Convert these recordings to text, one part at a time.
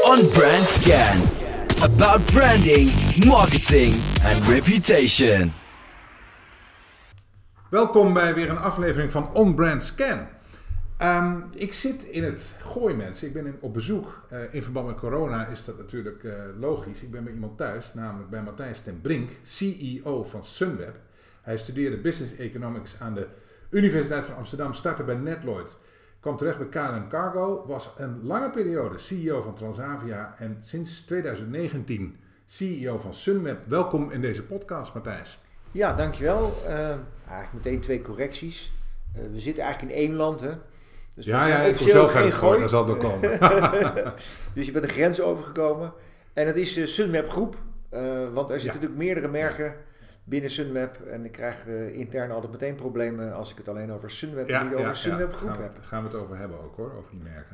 On Brand Scan. About branding, marketing and reputation. Welkom bij weer een aflevering van On Brand Scan. Ik zit in het Gooi, mensen. Ik ben op bezoek. In verband met corona is dat natuurlijk logisch. Ik ben bij iemand thuis, namelijk bij Matthijs ten Brink, CEO van Sunweb. Hij studeerde Business Economics aan de Universiteit van Amsterdam, startte bij Netloyd, kwam terecht bij KLM Cargo, was een lange periode CEO van Transavia en sinds 2019 CEO van Sunweb. Welkom in deze podcast, Matthijs. Ja, dankjewel. Eigenlijk meteen 2 correcties. We zitten eigenlijk in één land, hè? Dus ik kom zelf uit het Gooi, daar zal het wel komen. Dus je bent de grens overgekomen. En dat is Sunweb Groep. Want er zitten natuurlijk meerdere merken binnen Sunweb. En ik krijg intern altijd meteen problemen als ik het alleen over Sunweb en niet over Sunweb Groep heb. Daar gaan we het over hebben ook hoor, over die merken.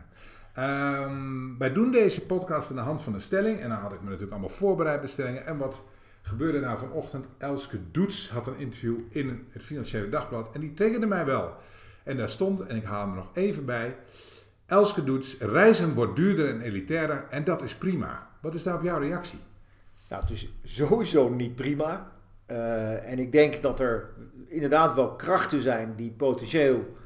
Wij doen deze podcast aan de hand van een stelling. En dan had ik me natuurlijk allemaal voorbereid bij stellingen. En wat gebeurde nou vanochtend? Elske Doets had een interview in het Financiële Dagblad. En die triggerde mij wel. En daar stond, en ik haal hem er nog even bij. Elske Doets, reizen wordt duurder en elitairder. En dat is prima. Wat is daarop jouw reactie? Nou, het is sowieso niet prima. En ik denk dat er inderdaad wel krachten zijn die potentieel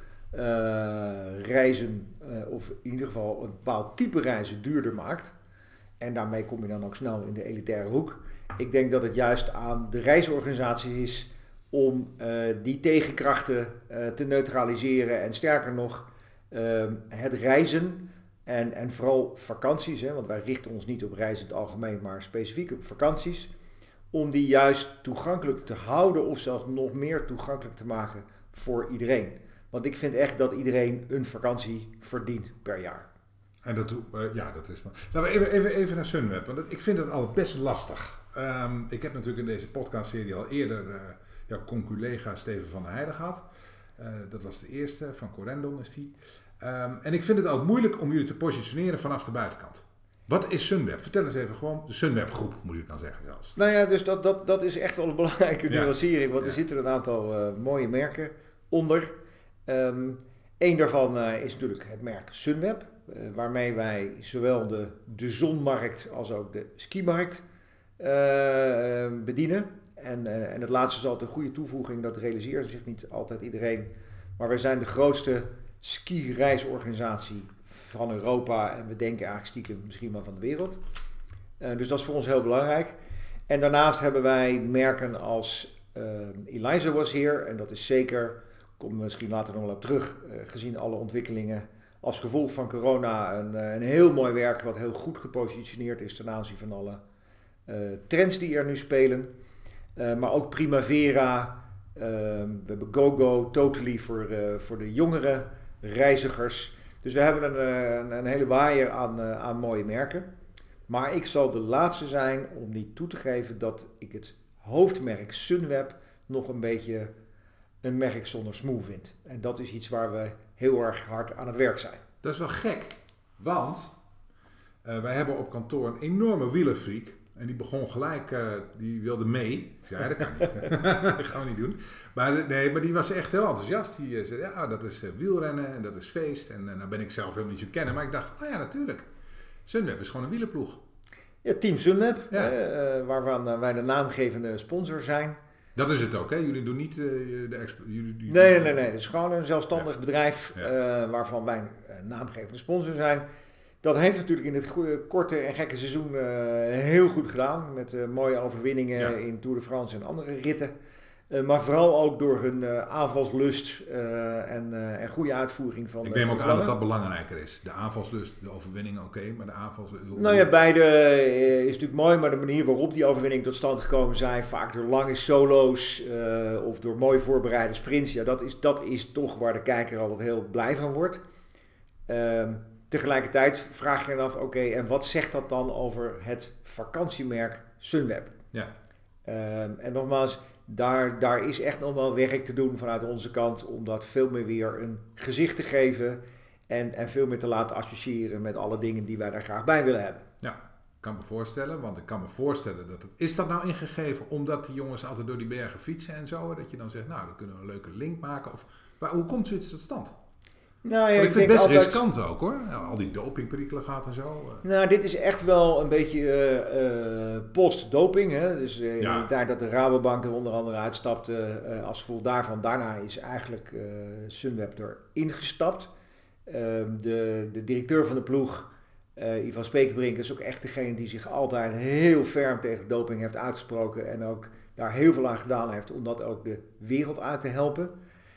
reizen, of in ieder geval een bepaald type reizen duurder maakt. En daarmee kom je dan ook snel in de elitaire hoek. Ik denk dat het juist aan de reisorganisatie is om die tegenkrachten te neutraliseren. En sterker nog, het reizen en vooral vakanties, hè, want wij richten ons niet op reizen in het algemeen, maar specifiek op vakanties. Om die juist toegankelijk te houden of zelfs nog meer toegankelijk te maken voor iedereen. Want ik vind echt dat iedereen een vakantie verdient per jaar. En dat is dan. Laten we even naar Sunweb, want ik vind het altijd best lastig. Ik heb natuurlijk in deze podcastserie al eerder jouw conculega Steven van der Heijden gehad. Dat was de eerste, van Corendon is die. En ik vind het altijd moeilijk om jullie te positioneren vanaf de buitenkant. Wat is Sunweb? Vertel eens even gewoon, de Sunweb groep moet ik dan zeggen zelfs. Nou ja, dus dat is echt wel een belangrijke nuancering, want er zitten een aantal mooie merken onder. Eén daarvan is natuurlijk het merk Sunweb, waarmee wij zowel de zonmarkt als ook de skimarkt bedienen. En het laatste is altijd een goede toevoeging, dat realiseert zich niet altijd iedereen. Maar wij zijn de grootste ski-reisorganisatie van Europa en we denken eigenlijk stiekem misschien wel van de wereld. Dus dat is voor ons heel belangrijk. En daarnaast hebben wij merken als Eliza Was Here, en dat is zeker, komen we misschien later nog wel op terug, gezien alle ontwikkelingen als gevolg van corona, een heel mooi werk wat heel goed gepositioneerd is ten aanzien van alle trends die er nu spelen. Maar ook Primavera, we hebben GoGo, Totally voor de jongere reizigers. Dus we hebben een hele waaier aan mooie merken. Maar ik zal de laatste zijn om niet toe te geven dat ik het hoofdmerk Sunweb nog een beetje een merk zonder smoel vind. En dat is iets waar we heel erg hard aan het werk zijn. Dat is wel gek, want wij hebben op kantoor een enorme wielerfreak. En die begon gelijk, die wilde mee. Ik zei, dat kan niet. Dat gaan we niet doen. Maar die was echt heel enthousiast. Die zei, ja, dat is wielrennen en dat is feest. En nou ben ik zelf helemaal niet zo kennen. Maar ik dacht, oh ja, natuurlijk. Sunweb is gewoon een wielerploeg. Ja, Team Sunweb, waarvan wij de naamgevende sponsor zijn. Dat is het ook, hè? Jullie doen niet Nee. Het is gewoon een zelfstandig bedrijf waarvan wij naamgevende sponsor zijn. Dat heeft natuurlijk in dit korte en gekke seizoen heel goed gedaan. Met mooie overwinningen in Tour de France en andere ritten. Maar vooral ook door hun aanvalslust en goede uitvoering van. Ik neem ook aan dat dat belangrijker is. De aanvalslust, de overwinningen oké, maar de aanvalslust. Nou ja, beide is natuurlijk mooi, maar de manier waarop die overwinningen tot stand gekomen zijn, vaak door lange solo's of door mooi voorbereide sprints. Ja, dat is toch waar de kijker altijd heel blij van wordt. Tegelijkertijd vraag je je af, oké, en wat zegt dat dan over het vakantiemerk Sunweb? Ja. En nogmaals, daar is echt nog wel werk te doen vanuit onze kant om dat veel meer weer een gezicht te geven en veel meer te laten associëren met alle dingen die wij daar graag bij willen hebben. Ja, ik kan me voorstellen, want ik kan me voorstellen dat het... Is dat nou ingegeven omdat die jongens altijd door die bergen fietsen en zo? Dat je dan zegt, nou, dan kunnen we een leuke link maken? Of hoe komt zoiets tot stand? Nou, ja, ik vind het best altijd riskant ook hoor. Ja, al die dopingperikelen gaat en zo. Nou, dit is echt wel een beetje post-doping. Hè? Dus Ja. daar dat de Rabobank er onder andere uitstapte als gevolg daarvan. Daarna is eigenlijk Sunweb erin gestapt. De directeur van de ploeg, Ivan Spekerbrink, is ook echt degene die zich altijd heel ferm tegen doping heeft uitgesproken. En ook daar heel veel aan gedaan heeft om dat ook de wereld uit te helpen.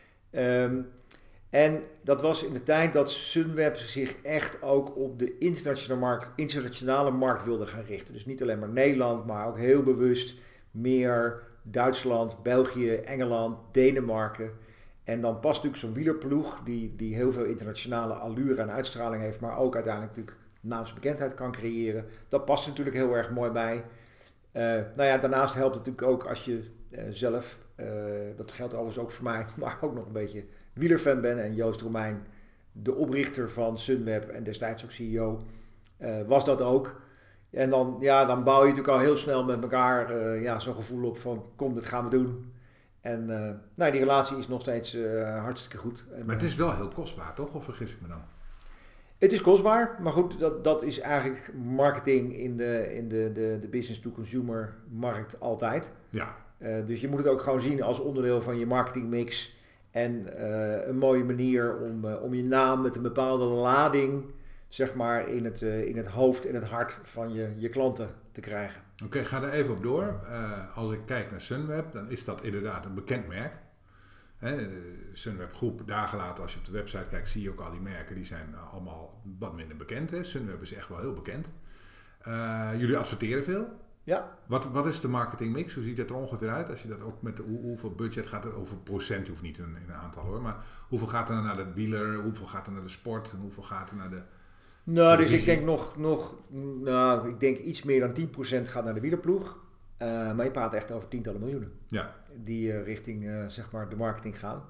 En dat was in de tijd dat Sunweb zich echt ook op de internationale markt wilde gaan richten. Dus niet alleen maar Nederland, maar ook heel bewust meer Duitsland, België, Engeland, Denemarken. En dan past natuurlijk zo'n wielerploeg die heel veel internationale allure en uitstraling heeft, maar ook uiteindelijk natuurlijk naamsbekendheid kan creëren. Dat past natuurlijk heel erg mooi bij. Nou ja, daarnaast helpt het natuurlijk ook als je zelf, dat geldt overigens ook voor mij, maar ook nog een beetje wielerfan ben. En Joost Romein, de oprichter van Sunweb en destijds ook CEO, was dat ook. En dan bouw je natuurlijk al heel snel met elkaar zo'n gevoel op van kom, dat gaan we doen. En die relatie is nog steeds hartstikke goed. En, Maar het is wel heel kostbaar toch? Of vergis ik me dan? Het is kostbaar, maar goed, dat is eigenlijk marketing in de business-to-consumer markt altijd. Ja. Dus je moet het ook gewoon zien als onderdeel van je marketingmix. En een mooie manier om je naam met een bepaalde lading, zeg maar, in het hoofd en het hart van je klanten te krijgen. Oké, ga er even op door. Als ik kijk naar Sunweb, dan is dat inderdaad een bekend merk. Sunweb Groep, dagen later als je op de website kijkt, zie je ook al die merken. Die zijn allemaal wat minder bekend. Hè? Sunweb is echt wel heel bekend. Jullie adverteren veel. Ja. Wat is de marketingmix? Hoe ziet dat er ongeveer uit? Als je dat ook met hoeveel budget gaat er, hoeveel procent, je hoeft niet in een aantal hoor, maar hoeveel gaat er naar de wieler, hoeveel gaat er naar de sport, hoeveel gaat er naar de... Nou, dus ik denk ik denk iets meer dan 10% gaat naar de wielerploeg. Maar je praat echt over tientallen miljoenen. Ja. Die richting zeg maar de marketing gaan.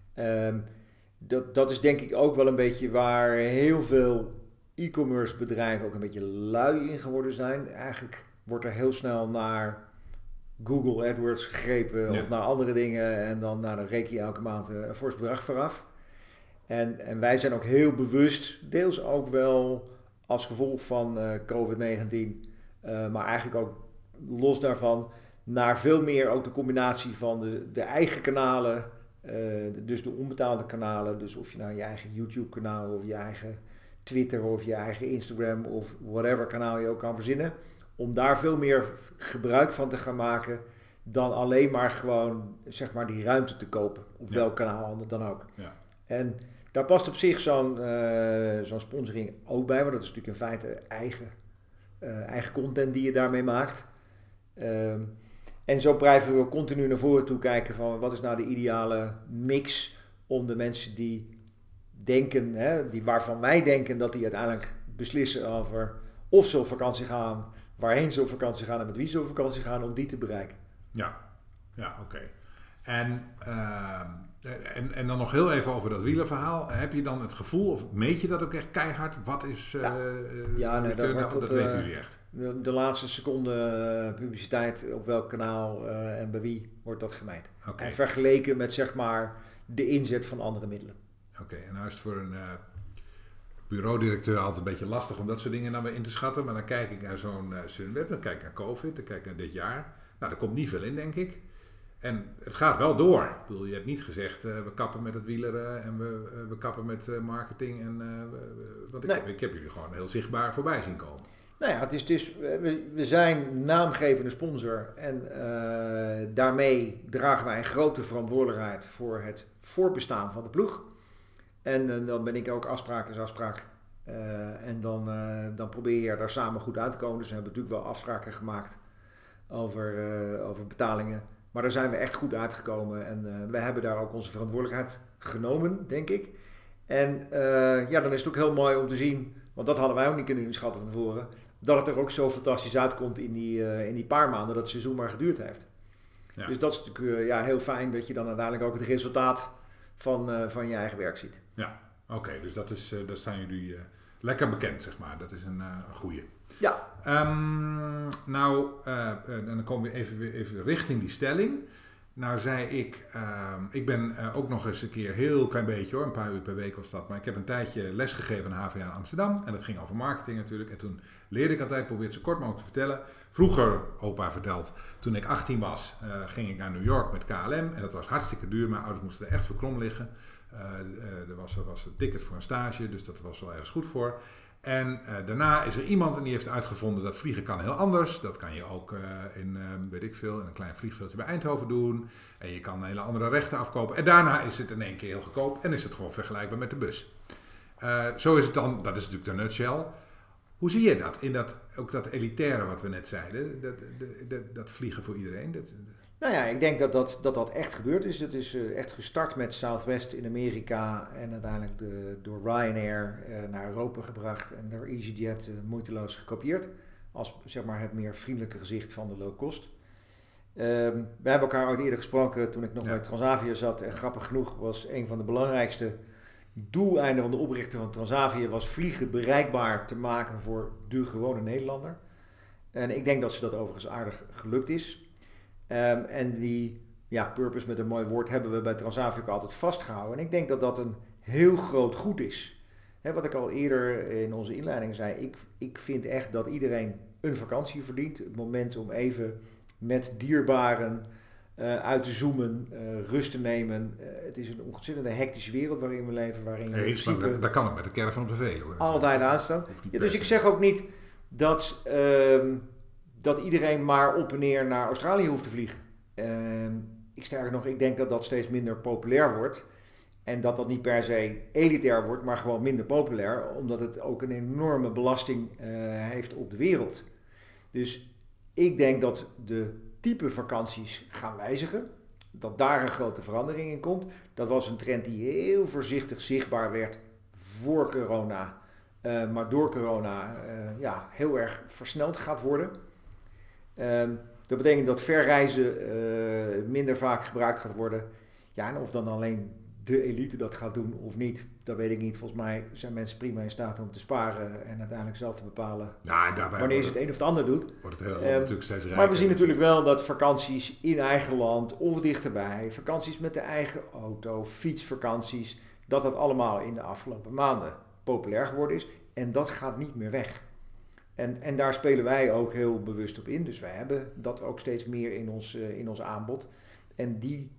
Dat is denk ik ook wel een beetje waar heel veel e-commerce bedrijven ook een beetje lui in geworden zijn. Eigenlijk wordt er heel snel naar Google AdWords gegrepen of naar andere dingen. En dan reken je elke maand een fors bedrag vooraf. En wij zijn ook heel bewust, deels ook wel als gevolg van COVID-19, maar eigenlijk ook los daarvan, naar veel meer ook de combinatie van de eigen kanalen, dus de onbetaalde kanalen, dus of je nou je eigen YouTube kanaal of je eigen Twitter of je eigen Instagram of whatever kanaal je ook kan verzinnen, om daar veel meer gebruik van te gaan maken dan alleen maar gewoon zeg maar die ruimte te kopen, op welk kanaal dan ook. Ja. En daar past op zich zo'n sponsoring ook bij, want dat is natuurlijk in feite eigen content die je daarmee maakt. En zo blijven we continu naar voren toe kijken van wat is nou de ideale mix om de mensen die denken, waarvan wij denken dat die uiteindelijk beslissen over of ze op vakantie gaan, waarheen ze op vakantie gaan en met wie ze op vakantie gaan, om die te bereiken. Ja, oké. En dan nog heel even over dat wielerverhaal. Heb je dan het gevoel, of meet je dat ook echt keihard? Wat is dat weten jullie echt? De laatste seconde publiciteit op welk kanaal en bij wie wordt dat gemeten. Okay. En vergeleken met zeg maar de inzet van andere middelen. Oké, en nou is het voor een bureaudirecteur altijd een beetje lastig om dat soort dingen dan weer in te schatten. Maar dan kijk ik naar zo'n Sunweb, dan kijk ik naar COVID, dan kijk ik naar dit jaar. Nou, daar komt niet veel in, denk ik. En het gaat wel door. Ik bedoel, je hebt niet gezegd, we kappen met het wieleren en we kappen met marketing. Ik heb jullie gewoon heel zichtbaar voorbij zien komen. Nou ja, we zijn naamgevende sponsor en daarmee dragen wij een grote verantwoordelijkheid voor het voortbestaan van de ploeg. En dan ben ik ook afspraak is afspraak. En dan probeer je daar samen goed uit te komen. Dus we hebben natuurlijk wel afspraken gemaakt over betalingen. Maar daar zijn we echt goed uitgekomen en we hebben daar ook onze verantwoordelijkheid genomen, denk ik. En dan is het ook heel mooi om te zien, want dat hadden wij ook niet kunnen inschatten van tevoren, dat het er ook zo fantastisch uitkomt in die paar maanden dat het seizoen maar geduurd heeft. Ja. Dus dat is natuurlijk heel fijn dat je dan uiteindelijk ook het resultaat van je eigen werk ziet. Ja, oké, dus daar staan jullie lekker bekend, zeg maar. Dat is een goeie. Ja. Dan komen we even richting die stelling. Nou zei ik ben ook nog eens een keer, heel klein beetje hoor, een paar uur per week was dat. Maar ik heb een tijdje lesgegeven aan HVA in Amsterdam. En dat ging over marketing natuurlijk. En toen leerde ik altijd, probeer het zo kort mogelijk te vertellen. Vroeger, opa verteld, toen ik 18 was, ging ik naar New York met KLM. En dat was hartstikke duur. Mijn ouders moesten er echt voor krom liggen. Er was een ticket voor een stage, dus dat was wel ergens goed voor. En daarna is er iemand en die heeft uitgevonden dat vliegen kan heel anders. Dat kan je ook in een klein vliegveldje bij Eindhoven doen. En je kan hele andere rechten afkopen. En daarna is het in één keer heel goedkoop en is het gewoon vergelijkbaar met de bus. Zo is het dan, dat is natuurlijk de nutshell. Hoe zie je dat, ook dat elitaire wat we net zeiden, dat vliegen voor iedereen? Nou ja, ik denk dat echt gebeurd is. Het is echt gestart met Southwest in Amerika en uiteindelijk door Ryanair naar Europa gebracht en door EasyJet moeiteloos gekopieerd. Als zeg maar het meer vriendelijke gezicht van de low cost. We hebben elkaar ooit eerder gesproken toen ik nog bij Transavia zat. En grappig genoeg was een van de belangrijkste doeleinden van de oprichter van Transavia was vliegen bereikbaar te maken voor de gewone Nederlander. En ik denk dat ze dat overigens aardig gelukt is. En die purpose met een mooi woord hebben we bij Transavia ook altijd vastgehouden. En ik denk dat dat een heel groot goed is. Wat ik al eerder in onze inleiding zei, ik vind echt dat iedereen een vakantie verdient. Het moment om even met dierbaren uit te zoomen, rust te nemen. Het is een ontzettend hectische wereld waarin we leven. Waarin je in principe dat kan ook met de caravan op de Veluwe. Altijd aanstaan. Ja, dus ik zeg ook niet dat iedereen maar op en neer naar Australië hoeft te vliegen. Ik denk dat dat steeds minder populair wordt. En dat dat niet per se elitair wordt, maar gewoon minder populair. Omdat het ook een enorme belasting heeft op de wereld. Dus ik denk dat de type vakanties gaan wijzigen. Dat daar een grote verandering in komt. Dat was een trend die heel voorzichtig zichtbaar werd voor corona. Maar door corona heel erg versneld gaat worden. Dat betekent dat verreizen minder vaak gebruikt gaat worden. Ja, en of dan alleen de elite dat gaat doen of niet, dat weet ik niet. Volgens mij zijn mensen prima in staat om te sparen en uiteindelijk zelf te bepalen wanneer ze het een of het ander doet. Wordt het natuurlijk steeds rijker. Maar we zien natuurlijk wel dat vakanties in eigen land of dichterbij, vakanties met de eigen auto, fietsvakanties, dat allemaal in de afgelopen maanden populair geworden is. En dat gaat niet meer weg. En daar spelen wij ook heel bewust op in. Dus wij hebben dat ook steeds meer in ons aanbod. En die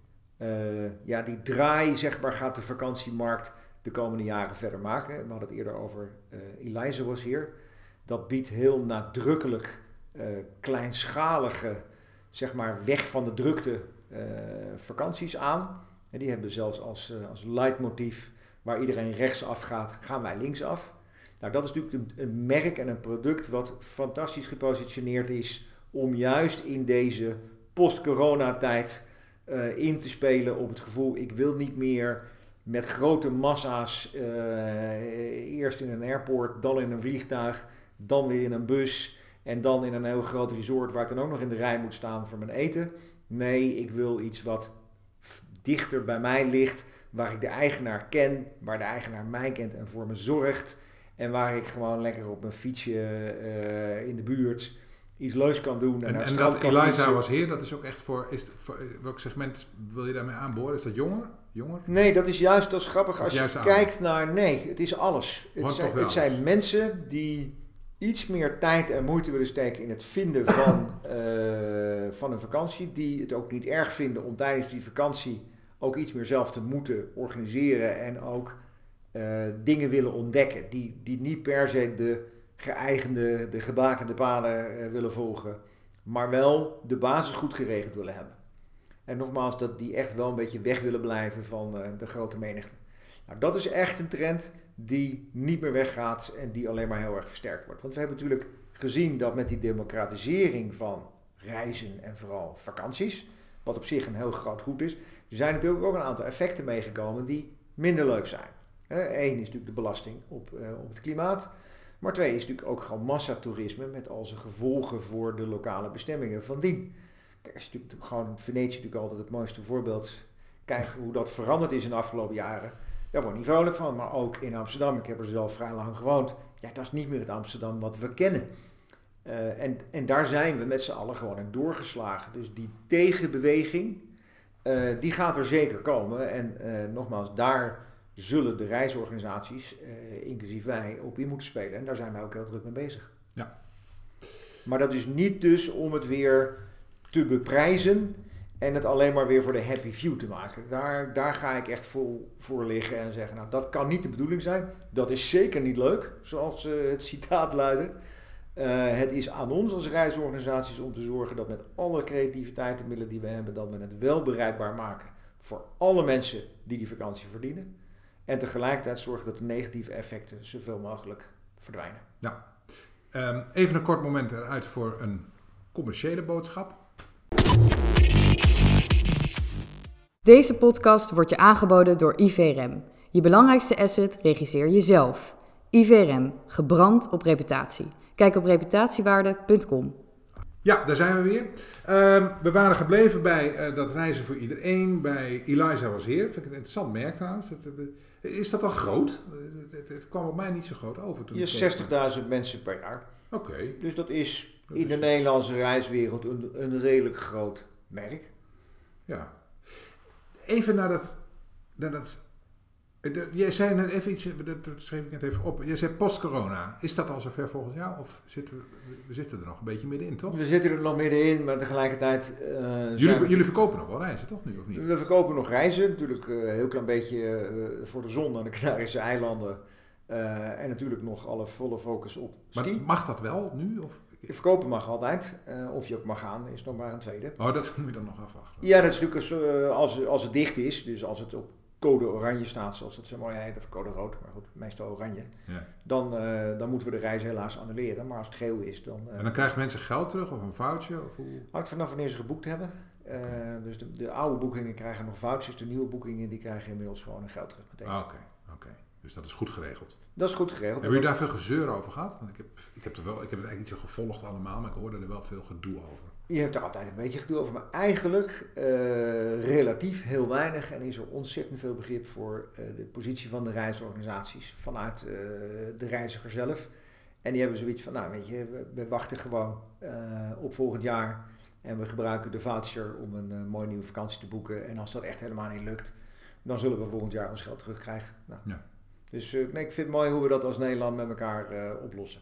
draai, zeg maar, gaat de vakantiemarkt de komende jaren verder maken. We hadden het eerder over, Eliza was hier. Dat biedt heel nadrukkelijk kleinschalige, zeg maar, weg van de drukte vakanties aan. En die hebben zelfs als leidmotief, waar iedereen rechtsaf gaat, gaan wij linksaf. Nou, dat is natuurlijk een merk en een product wat fantastisch gepositioneerd is om juist in deze post-corona-tijd in te spelen op het gevoel, ik wil niet meer met grote massa's eerst in een airport, dan in een vliegtuig, dan weer in een bus en dan in een heel groot resort waar ik dan ook nog in de rij moet staan voor mijn eten. Nee, ik wil iets wat dichter bij mij ligt, waar ik de eigenaar ken, waar de eigenaar mij kent en voor me zorgt. En waar ik gewoon lekker op mijn fietsje in de buurt iets leuks kan doen. En dat Eliza was hier, dat is ook echt voor welk segment wil je daarmee aanboren? Is dat jonger? Nee, dat is grappig als je kijkt naar, het is alles. Het zijn mensen die iets meer tijd en moeite willen steken in het vinden van een vakantie. Die het ook niet erg vinden om tijdens die vakantie ook iets meer zelf te moeten organiseren en ook dingen willen ontdekken, die niet per se de gebakende paden willen volgen, maar wel de basis goed geregeld willen hebben. En nogmaals, dat die echt wel een beetje weg willen blijven van de grote menigte. Nou, dat is echt een trend die niet meer weggaat en die alleen maar heel erg versterkt wordt. Want we hebben natuurlijk gezien dat met die democratisering van reizen en vooral vakanties, wat op zich een heel groot goed is, er zijn natuurlijk ook een aantal effecten meegekomen die minder leuk zijn. Eén is natuurlijk de belasting op het klimaat. Maar twee is natuurlijk ook gewoon massatoerisme met al zijn gevolgen voor de lokale bestemmingen van dien. Kijk, is natuurlijk gewoon Venetië natuurlijk altijd het mooiste voorbeeld. Kijk hoe dat veranderd is in de afgelopen jaren. Daar word ik niet vrolijk van. Maar ook in Amsterdam, ik heb er zelf vrij lang gewoond. Ja, dat is niet meer het Amsterdam wat we kennen. En daar zijn we met z'n allen gewoon in doorgeslagen. Dus die tegenbeweging Die gaat er zeker komen. En nogmaals, daar zullen de reisorganisaties, inclusief wij, op in moeten spelen. En daar zijn wij ook heel druk mee bezig. Ja. Maar dat is niet dus om het weer te beprijzen en het alleen maar weer voor de happy few te maken. Daar ga ik echt vol voor liggen en zeggen, nou dat kan niet de bedoeling zijn. Dat is zeker niet leuk, zoals het citaat luidde. Het is aan ons als reisorganisaties om te zorgen dat met alle creativiteit en middelen die we hebben, dat we het wel bereikbaar maken voor alle mensen die vakantie verdienen. En tegelijkertijd zorgen dat de negatieve effecten zoveel mogelijk verdwijnen. Ja. Even een kort moment eruit voor een commerciële boodschap. Deze podcast wordt je aangeboden door IVRM. Je belangrijkste asset regisseer jezelf. IVRM, gebrand op reputatie. Kijk op reputatiewaarde.com. Ja, daar zijn we weer. We waren gebleven bij dat reizen voor iedereen. Bij Eliza was hier. Vind ik een interessant merk trouwens. Is dat al groot? Het kwam op mij niet zo groot over. Toen Je 60.000 mensen per jaar. Oké. Dus dat is in de Nederlandse reiswereld een redelijk groot merk. Ja. Even naar dat jij zei net even iets, dat schreef ik net even op. Jij zei post-corona. Is dat al zover volgens jou? Of we zitten er nog een beetje middenin, toch? We zitten er nog middenin, maar tegelijkertijd... Jullie verkopen nog wel reizen, toch nu, of niet? We verkopen nog reizen. Natuurlijk een heel klein beetje voor de zon aan de Canarische eilanden. En natuurlijk nog alle volle focus op ski. Maar mag dat wel nu? Of? Verkopen mag altijd. Of je ook mag gaan, is nog maar een tweede. Oh, dat moet je dan nog afwachten. Ja, dat is natuurlijk als het dicht is. Dus als het op code oranje staat, zoals het zo mooi heet, of code rood, maar goed, meestal oranje. Ja. Dan moeten we de reis helaas annuleren. Maar als het geel is, dan... en dan krijgen mensen geld terug of een voucher? Of hoe? Hangt vanaf wanneer ze geboekt hebben. Dus de oude boekingen krijgen nog vouchers. De nieuwe boekingen die krijgen inmiddels gewoon een geld terug meteen. Oké. Dus dat is goed geregeld. Dat is goed geregeld. Hebben jullie daar veel gezeur over gehad? Want ik heb het eigenlijk niet zo gevolgd allemaal, maar ik hoorde er wel veel gedoe over. Je hebt er altijd een beetje gedoe over, maar eigenlijk relatief heel weinig. En is er ontzettend veel begrip voor de positie van de reisorganisaties vanuit de reiziger zelf. En die hebben zoiets van, nou weet je, we wachten gewoon op volgend jaar. En we gebruiken de voucher om een mooie nieuwe vakantie te boeken. En als dat echt helemaal niet lukt, dan zullen we volgend jaar ons geld terugkrijgen. Nou. Ja. Dus ik vind het mooi hoe we dat als Nederland met elkaar oplossen.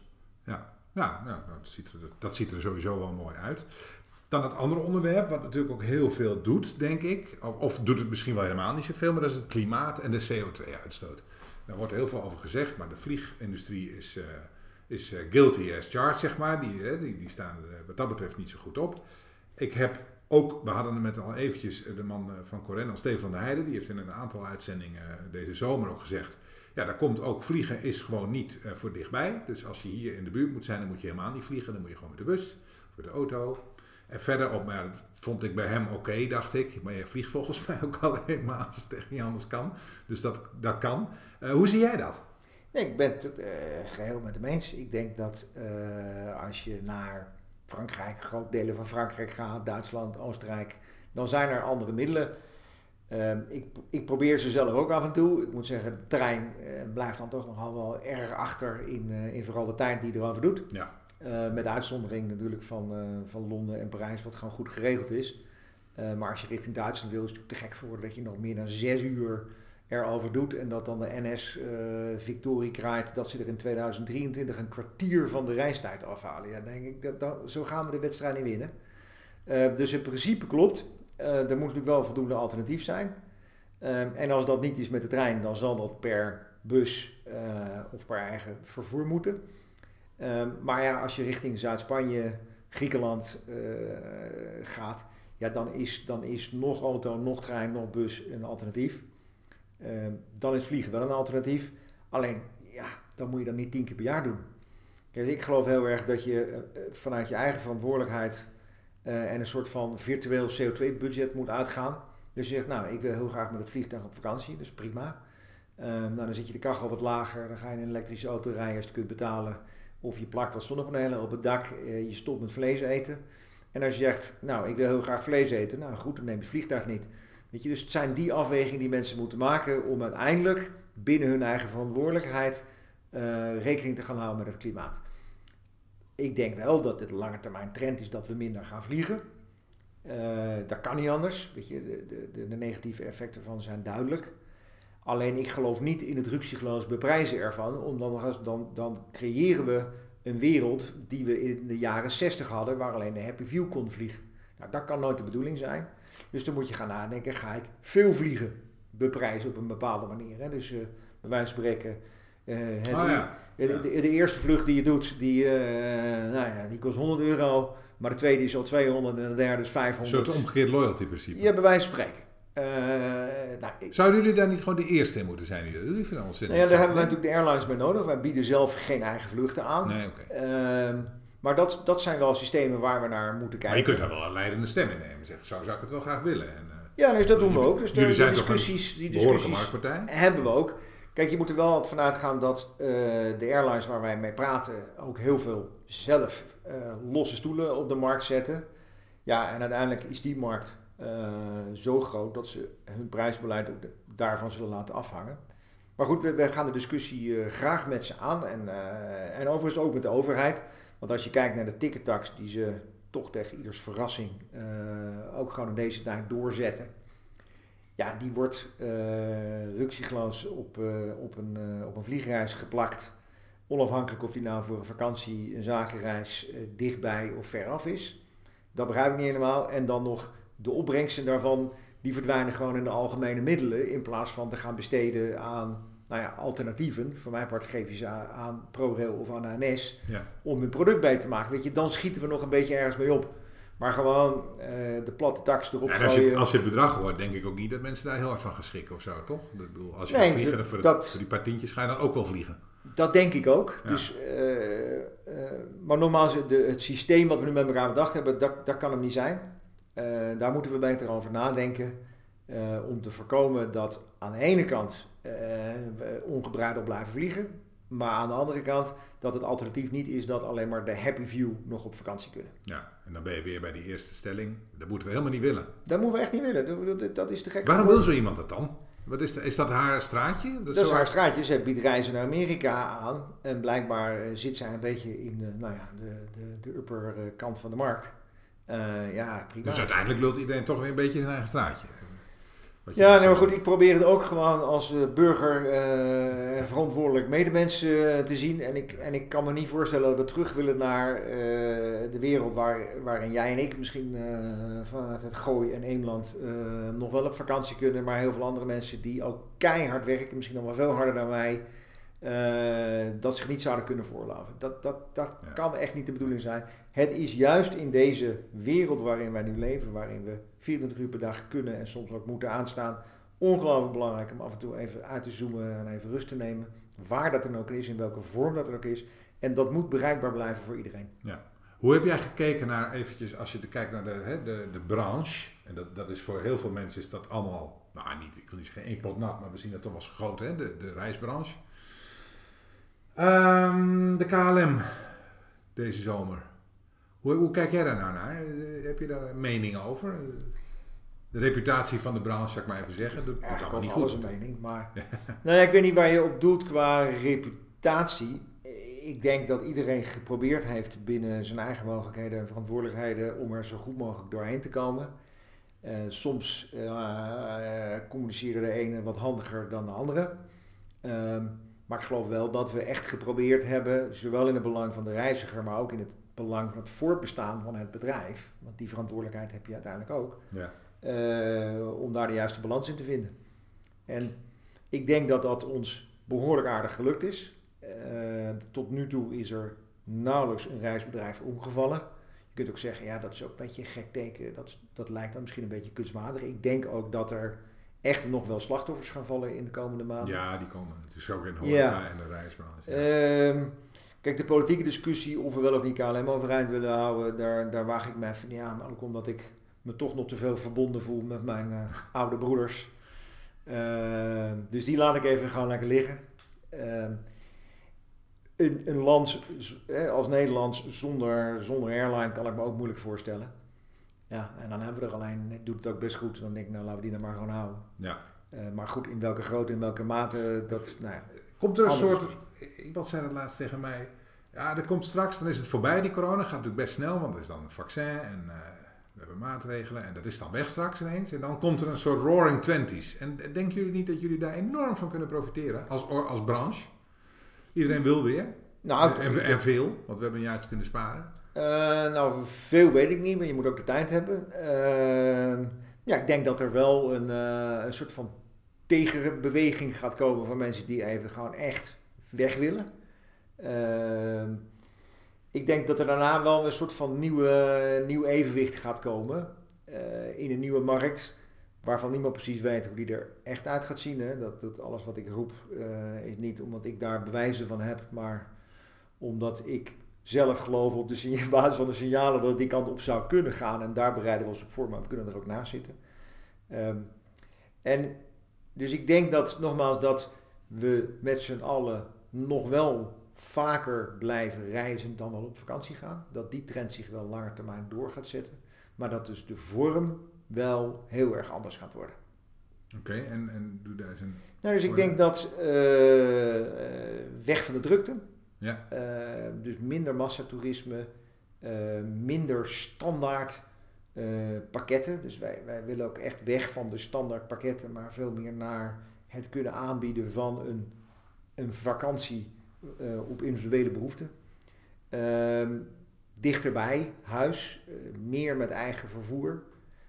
Ja, dat ziet er sowieso wel mooi uit. Dan het andere onderwerp, wat natuurlijk ook heel veel doet, denk ik. Of doet het misschien wel helemaal niet zoveel, maar dat is het klimaat en de CO2-uitstoot. Daar wordt heel veel over gezegd, maar de vliegindustrie is guilty as charged, zeg maar. Die staan wat dat betreft niet zo goed op. We hadden het met al eventjes de man van Corendon, Steven van der Heijden, die heeft in een aantal uitzendingen deze zomer ook gezegd, ja, daar komt ook vliegen is gewoon niet voor dichtbij. Dus als je hier in de buurt moet zijn, dan moet je helemaal niet vliegen. Dan moet je gewoon met de bus of met de auto. En verder, maar dat vond ik bij hem oké, dacht ik. Maar je vliegt volgens mij ook alleen maar als het echt niet anders kan. Dus dat kan. Hoe zie jij dat? Nee, ik ben het geheel met hem eens. Ik denk dat als je naar Frankrijk, grote delen van Frankrijk gaat, Duitsland, Oostenrijk, dan zijn er andere middelen. Ik probeer ze zelf ook af en toe. Ik moet zeggen, de trein blijft dan toch nogal wel erg achter in vooral de tijd die erover doet. Ja. Met uitzondering natuurlijk van Londen en Parijs, wat gewoon goed geregeld is. Maar als je richting Duitsland wil, is het natuurlijk te gek voor woorden dat je nog meer dan 6 uur erover doet. En dat dan de NS victorie kraait dat ze er in 2023 een kwartier van de reistijd afhalen. Ja, denk ik, zo gaan we de wedstrijd niet winnen. Dus in principe klopt. Er moet natuurlijk wel voldoende alternatief zijn. En als dat niet is met de trein, dan zal dat per bus of per eigen vervoer moeten. Maar ja, als je richting Zuid-Spanje, Griekenland gaat, ja, dan is nog auto, nog trein, nog bus een alternatief. Dan is vliegen wel een alternatief. Alleen, ja, dan moet je dat niet 10 keer per jaar doen. Kijk, ik geloof heel erg dat je vanuit je eigen verantwoordelijkheid en een soort van virtueel CO2-budget moet uitgaan. Dus je zegt, nou, ik wil heel graag met het vliegtuig op vakantie, dus prima. Dan zet je de kachel wat lager, dan ga je in een elektrische auto rijden als je het kunt betalen. Of je plakt wat zonnepanelen op het dak, je stopt met vlees eten. En als je zegt, nou, ik wil heel graag vlees eten, nou goed, dan neem je het vliegtuig niet. Weet je, dus het zijn die afwegingen die mensen moeten maken om uiteindelijk binnen hun eigen verantwoordelijkheid rekening te gaan houden met het klimaat. Ik denk wel dat het lange termijn trend is dat we minder gaan vliegen. Dat kan niet anders. Weet je, de negatieve effecten ervan zijn duidelijk. Alleen ik geloof niet in het ruksigloos beprijzen ervan. Omdat dan creëren we een wereld die we in de jaren 60 hadden, waar alleen de Happy View kon vliegen. Nou, dat kan nooit de bedoeling zijn. Dus dan moet je gaan nadenken, ga ik veel vliegen beprijzen op een bepaalde manier. Hè? Dus bij wijze van spreken, de eerste vlucht die je doet, die kost €100. Maar de tweede is al 200 en de derde is 500. Een soort omgekeerd loyalty principe. Ja, bij wijze van spreken. Zouden jullie daar niet gewoon de eerste in moeten zijn? Jullie vinden ons daar hebben wij natuurlijk de airlines bij nodig. Wij bieden zelf geen eigen vluchten aan. Nee, okay. Maar dat zijn wel systemen waar we naar moeten kijken. Maar je kunt daar wel een leidende stem in nemen. Zeggen, zou ik het wel graag willen. Dus dat doen we ook. Dus jullie zijn die behoorlijke marktpartij? Hebben we ook. Kijk, je moet er wel vanuit gaan dat de airlines waar wij mee praten ook heel veel zelf losse stoelen op de markt zetten. Ja, en uiteindelijk is die markt zo groot dat ze hun prijsbeleid ook daarvan zullen laten afhangen. Maar goed, we gaan de discussie graag met ze aan en overigens ook met de overheid. Want als je kijkt naar de tickettax die ze toch tegen ieders verrassing ook gewoon in deze tijd doorzetten. Ja, die wordt ruksigloos op een vliegreis geplakt. Onafhankelijk of die nou voor een vakantie, een zakenreis dichtbij of veraf is. Dat begrijp ik niet helemaal. En dan nog de opbrengsten daarvan, die verdwijnen gewoon in de algemene middelen. In plaats van te gaan besteden aan alternatieven. Voor mijn part geef je ze aan ProRail of aan ANS om hun product beter te maken. Weet je, dan schieten we nog een beetje ergens mee op. Maar gewoon de platte tax erop gooien. Als je het bedrag hoort, denk ik ook niet dat mensen daar heel erg van gaan schrikken of zo, toch? Ik bedoel, als je vliegen, voor die paar tientjes ga je dan ook wel vliegen. Dat denk ik ook. Ja. Dus, maar nogmaals, het systeem wat we nu met elkaar bedacht hebben, dat kan hem niet zijn. Daar moeten we beter over nadenken. Om te voorkomen dat aan de ene kant we ongebreideld blijven vliegen. Maar aan de andere kant dat het alternatief niet is dat alleen maar de Happy View nog op vakantie kunnen. Ja, en dan ben je weer bij die eerste stelling. Dat moeten we helemaal niet willen. Dat moeten we echt niet willen. Dat is te gek. Waarom wil zo iemand dat dan? Is dat haar straatje? Dat is haar straatje. Ze biedt reizen naar Amerika aan. En blijkbaar zit zij een beetje in de upper kant van de markt. Prima. Dus uiteindelijk lult iedereen toch weer een beetje zijn eigen straatje. Ja, maar goed, ik probeer het ook gewoon als burger verantwoordelijk medemens te zien. En ik kan me niet voorstellen dat we terug willen naar de wereld waarin jij en ik misschien vanuit het Gooi en Eemland nog wel op vakantie kunnen. Maar heel veel andere mensen die ook keihard werken, misschien nog wel veel harder dan wij, dat zich niet zouden kunnen voorlaten. Dat kan echt niet de bedoeling zijn. Het is juist in deze wereld waarin wij nu leven, waarin we 24 uur per dag kunnen en soms ook moeten aanstaan, ongelooflijk belangrijk om af en toe even uit te zoomen en even rust te nemen. Waar dat dan ook is, in welke vorm dat er ook is. En dat moet bereikbaar blijven voor iedereen. Ja. Hoe heb jij gekeken naar, eventjes, als je kijkt naar de branche, en dat is voor heel veel mensen is dat allemaal, ik wil niet zeggen één pot nat, maar we zien dat toch wel eens groot, de reisbranche. De KLM deze zomer. Hoe kijk jij daar nou naar? Heb je daar een mening over? De reputatie van de branche, zou ik maar even zeggen. Dat is allemaal niet goed. Een mening, maar ik weet niet waar je op doelt qua reputatie. Ik denk dat iedereen geprobeerd heeft binnen zijn eigen mogelijkheden en verantwoordelijkheden om er zo goed mogelijk doorheen te komen. Soms communiceren de ene wat handiger dan de andere. Maar ik geloof wel dat we echt geprobeerd hebben, zowel in het belang van de reiziger, maar ook in het belang van het voortbestaan van het bedrijf. Want die verantwoordelijkheid heb je uiteindelijk ook. Ja. Om daar de juiste balans in te vinden. En ik denk dat dat ons behoorlijk aardig gelukt is. Tot nu toe is er nauwelijks een reisbedrijf omgevallen. Je kunt ook zeggen, dat is ook een beetje een gek teken. Dat lijkt dan misschien een beetje kunstmatig. Ik denk ook dat er echt nog wel slachtoffers gaan vallen in de komende maanden. Ja, die komen. Het is ook in horeca en de reisbranche. Kijk, de politieke discussie of we wel of niet KLM overeind willen houden, daar waag ik me even niet aan. Ook omdat ik me toch nog te veel verbonden voel met mijn oude broeders. Dus die laat ik even gewoon lekker liggen. Een land als Nederland zonder airline kan ik me ook moeilijk voorstellen. Ja, en dan hebben we er alleen, doet het ook best goed. Dan denk ik, laten we die dan maar gewoon houden. Ja. Maar goed, in welke grootte, in welke mate, Komt er een soort, iemand zei dat laatst tegen mij, er komt straks, dan is het voorbij die corona, gaat natuurlijk best snel, want er is dan een vaccin en we hebben maatregelen en dat is dan weg straks ineens. En dan komt er een soort roaring 20's. En denken jullie niet dat jullie daar enorm van kunnen profiteren als branche? Iedereen wil weer. Nou, En veel, want we hebben een jaartje kunnen sparen. Veel weet ik niet, maar je moet ook de tijd hebben. Ik denk dat er wel een soort van tegenbeweging gaat komen van mensen die even gewoon echt weg willen. Ik denk dat er daarna wel een soort van nieuw evenwicht gaat komen in een nieuwe markt, waarvan niemand precies weet hoe die er echt uit gaat zien. Hè. Dat alles wat ik roep is niet omdat ik daar bewijzen van heb, maar omdat ik zelf geloof op basis van de signalen dat het die kant op zou kunnen gaan. En daar bereiden we ons op voor, maar we kunnen er ook naast zitten. Dus ik denk dat we met z'n allen nog wel vaker blijven reizen dan wel op vakantie gaan. Dat die trend zich wel langer termijn door gaat zetten. Maar dat dus de vorm wel heel erg anders gaat worden. Oké, en doe daar eens een... Nou, dus ik denk dat weg van de drukte. Ja. Dus minder massatoerisme, minder standaard pakketten. Dus wij willen ook echt weg van de standaard pakketten, maar veel meer naar het kunnen aanbieden van een vakantie op individuele behoeften. Dichterbij, huis, meer met eigen vervoer,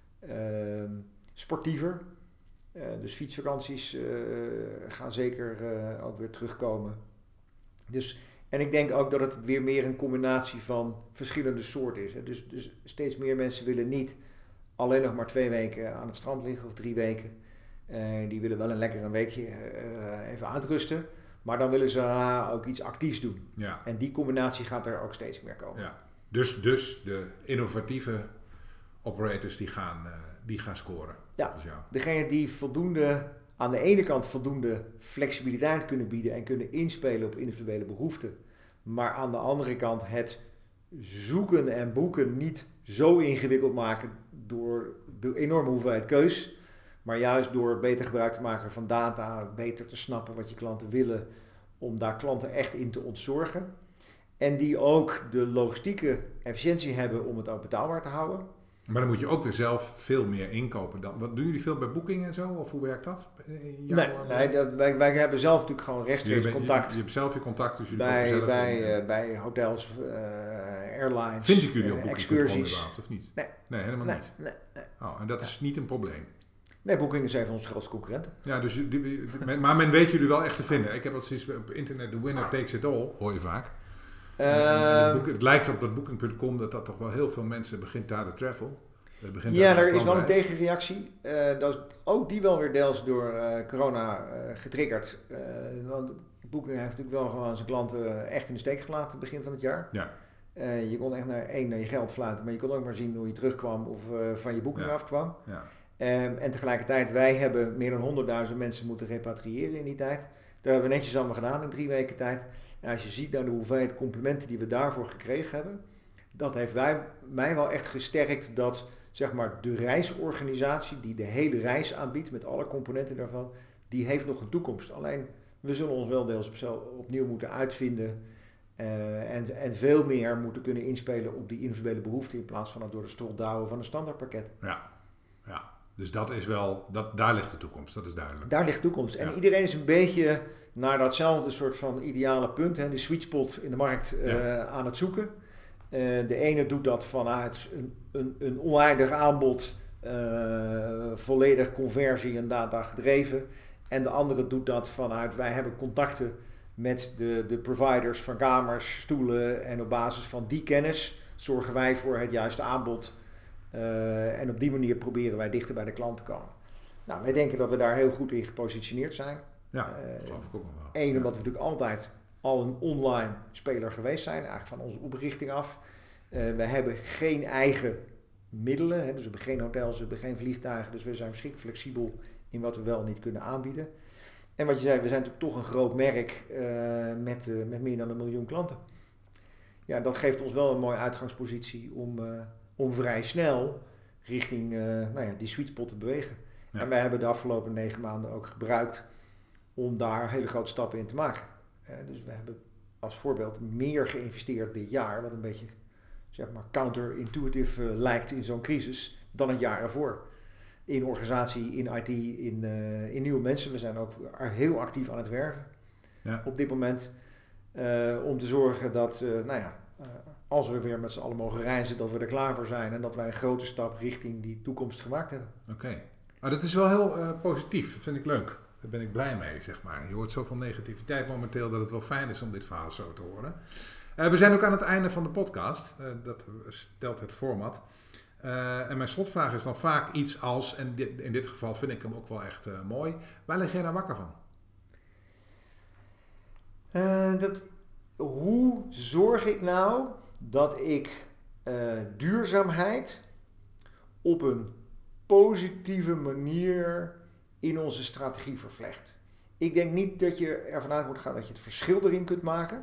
sportiever. Dus fietsvakanties gaan zeker ook weer terugkomen. En ik denk ook dat het weer meer een combinatie van verschillende soorten is. Hè. Dus steeds meer mensen willen niet alleen nog maar 2 weken aan het strand liggen of 3 weken. Die willen wel een weekje even uitrusten. Maar dan willen ze daarna ook iets actiefs doen. Ja. En die combinatie gaat er ook steeds meer komen. Ja. Dus de innovatieve operators die gaan scoren. Ja, degene die aan de ene kant voldoende flexibiliteit kunnen bieden en kunnen inspelen op individuele behoeften. Maar aan de andere kant het zoeken en boeken niet zo ingewikkeld maken door de enorme hoeveelheid keus. Maar juist door beter gebruik te maken van data, beter te snappen wat je klanten willen, om daar klanten echt in te ontzorgen. En die ook de logistieke efficiëntie hebben om het ook betaalbaar te houden. Maar dan moet je ook weer zelf veel meer inkopen. Wat doen jullie veel bij boekingen en zo? Of hoe werkt dat? Wij hebben zelf natuurlijk gewoon rechtstreeks contact. Je hebt zelf je contact, dus bij hotels, airlines, vind ik jullie op excursies. Überhaupt, of niet? Nee, helemaal niet. Nee. Oh, en dat is niet een probleem? Nee, Booking is een van onze grootste concurrenten. Ja, dus maar men weet jullie wel echt te vinden. Ik heb al sinds op internet, the winner takes it all, hoor je vaak. Het lijkt op dat Booking.com dat toch wel heel veel mensen begint daar de travel. Er is wel een tegenreactie. Dat is ook die wel weer deels door corona getriggerd. Want Booking heeft natuurlijk wel gewoon zijn klanten echt in de steek gelaten begin van het jaar. Ja. Je kon echt naar je geld fluiten, maar je kon ook maar zien hoe je terugkwam of van je boeking afkwam. Ja. En tegelijkertijd, wij hebben meer dan 100.000 mensen moeten repatriëren in die tijd. Dat hebben we netjes allemaal gedaan in 3 weken tijd. En als je ziet naar de hoeveelheid complimenten die we daarvoor gekregen hebben, dat heeft mij wel echt gesterkt dat zeg maar de reisorganisatie die de hele reis aanbiedt met alle componenten daarvan, die heeft nog een toekomst. Alleen we zullen ons wel deels opnieuw moeten uitvinden en veel meer moeten kunnen inspelen op die individuele behoeften in plaats van het door de strot douwen van een standaardpakket. Ja. Dus dat is wel, daar ligt de toekomst, dat is duidelijk. Daar ligt de toekomst. En iedereen is een beetje naar datzelfde soort van ideale punt, de sweet spot in de markt aan het zoeken. De ene doet dat vanuit een oneindig aanbod, volledig conversie en data gedreven. En de andere doet dat vanuit, wij hebben contacten met de providers van kamers, stoelen en op basis van die kennis zorgen wij voor het juiste aanbod. En op die manier proberen wij dichter bij de klant te komen. Nou, wij denken dat we daar heel goed in gepositioneerd zijn. Ja, geloof ik ook nog wel. Omdat we natuurlijk altijd al een online speler geweest zijn, eigenlijk van onze oprichting af. We hebben geen eigen middelen, dus we hebben geen hotels, we hebben geen vliegtuigen, dus we zijn verschrikkelijk flexibel in wat we wel en niet kunnen aanbieden. En wat je zei, we zijn natuurlijk toch een groot merk met meer dan 1 miljoen klanten. Ja, dat geeft ons wel een mooie uitgangspositie om vrij snel richting die sweet spot te bewegen. Ja. En wij hebben de afgelopen 9 maanden ook gebruikt om daar hele grote stappen in te maken. Dus we hebben als voorbeeld meer geïnvesteerd dit jaar, wat een beetje zeg maar counterintuitive lijkt in zo'n crisis dan het jaar ervoor. In organisatie, in IT, in nieuwe mensen. We zijn ook heel actief aan het werven op dit moment. Om te zorgen dat, als we weer met z'n allen mogen reizen, dat we er klaar voor zijn. En dat wij een grote stap richting die toekomst gemaakt hebben. Oké. Maar dat is wel heel positief. Dat vind ik leuk. Daar ben ik blij mee, zeg maar. Je hoort zoveel negativiteit momenteel dat het wel fijn is om dit verhaal zo te horen. We zijn ook aan het einde van de podcast. Dat stelt het format. En mijn slotvraag is dan vaak iets als, en in dit geval vind ik hem ook wel echt mooi. Waar lig jij nou wakker van? Hoe zorg ik nou dat ik duurzaamheid op een positieve manier in onze strategie vervlecht? Ik denk niet dat je ervan uit moet gaan dat je het verschil erin kunt maken.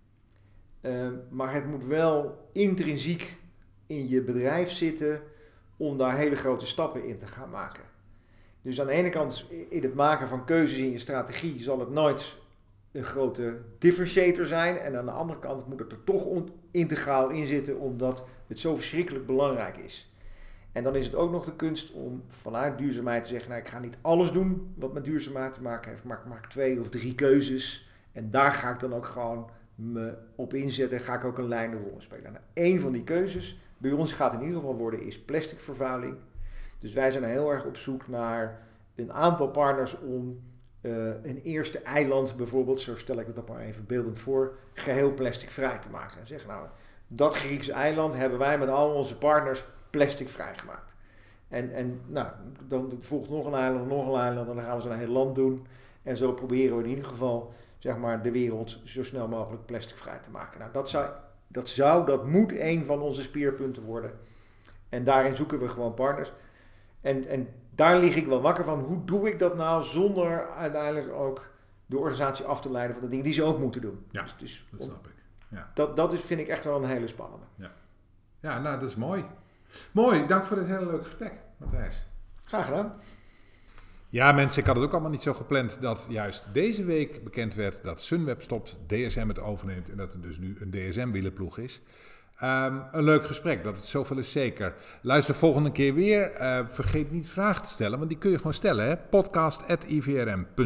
Maar het moet wel intrinsiek in je bedrijf zitten om daar hele grote stappen in te gaan maken. Dus aan de ene kant in het maken van keuzes in je strategie zal het nooit een grote differentiator zijn. En aan de andere kant moet het er toch integraal in zitten omdat het zo verschrikkelijk belangrijk is. En dan is het ook nog de kunst om vanuit duurzaamheid te zeggen, ik ga niet alles doen wat met duurzaamheid te maken heeft, maar ik maak 2 of 3 keuzes. En daar ga ik dan ook gewoon me op inzetten en ga ik ook een leidende rol spelen. Nou, één van die keuzes bij ons gaat in ieder geval worden is plasticvervuiling. Dus wij zijn heel erg op zoek naar een aantal partners om een eerste eiland bijvoorbeeld, zo stel ik het maar even beeldend voor, geheel plasticvrij te maken. En zeggen dat Griekse eiland hebben wij met al onze partners plasticvrij gemaakt. En dan volgt nog een eiland en dan gaan we zo'n heel land doen. En zo proberen we in ieder geval zeg maar de wereld zo snel mogelijk plasticvrij te maken. Nou, dat moet een van onze speerpunten worden. En daarin zoeken we gewoon partners. En daar lig ik wel wakker van. Hoe doe ik dat nou zonder uiteindelijk ook de organisatie af te leiden van de dingen die ze ook moeten doen? Ja, dus dat snap ik. Ja. Dat vind ik echt wel een hele spannende. Ja, nou dat is mooi. Mooi, dank voor dit hele leuke gesprek, Matthijs. Graag gedaan. Ja mensen, ik had het ook allemaal niet zo gepland dat juist deze week bekend werd dat Sunweb stopt, DSM het overneemt en dat er dus nu een DSM-wielerploeg is. Een leuk gesprek, dat het zoveel is zeker. Luister volgende keer weer. Vergeet niet vragen te stellen, want die kun je gewoon stellen. Hè?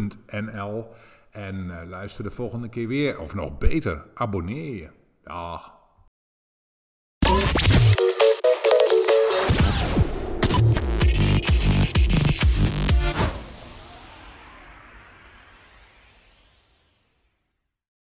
podcast@ivrm.nl En luister de volgende keer weer. Of nog beter, abonneer je. Dag.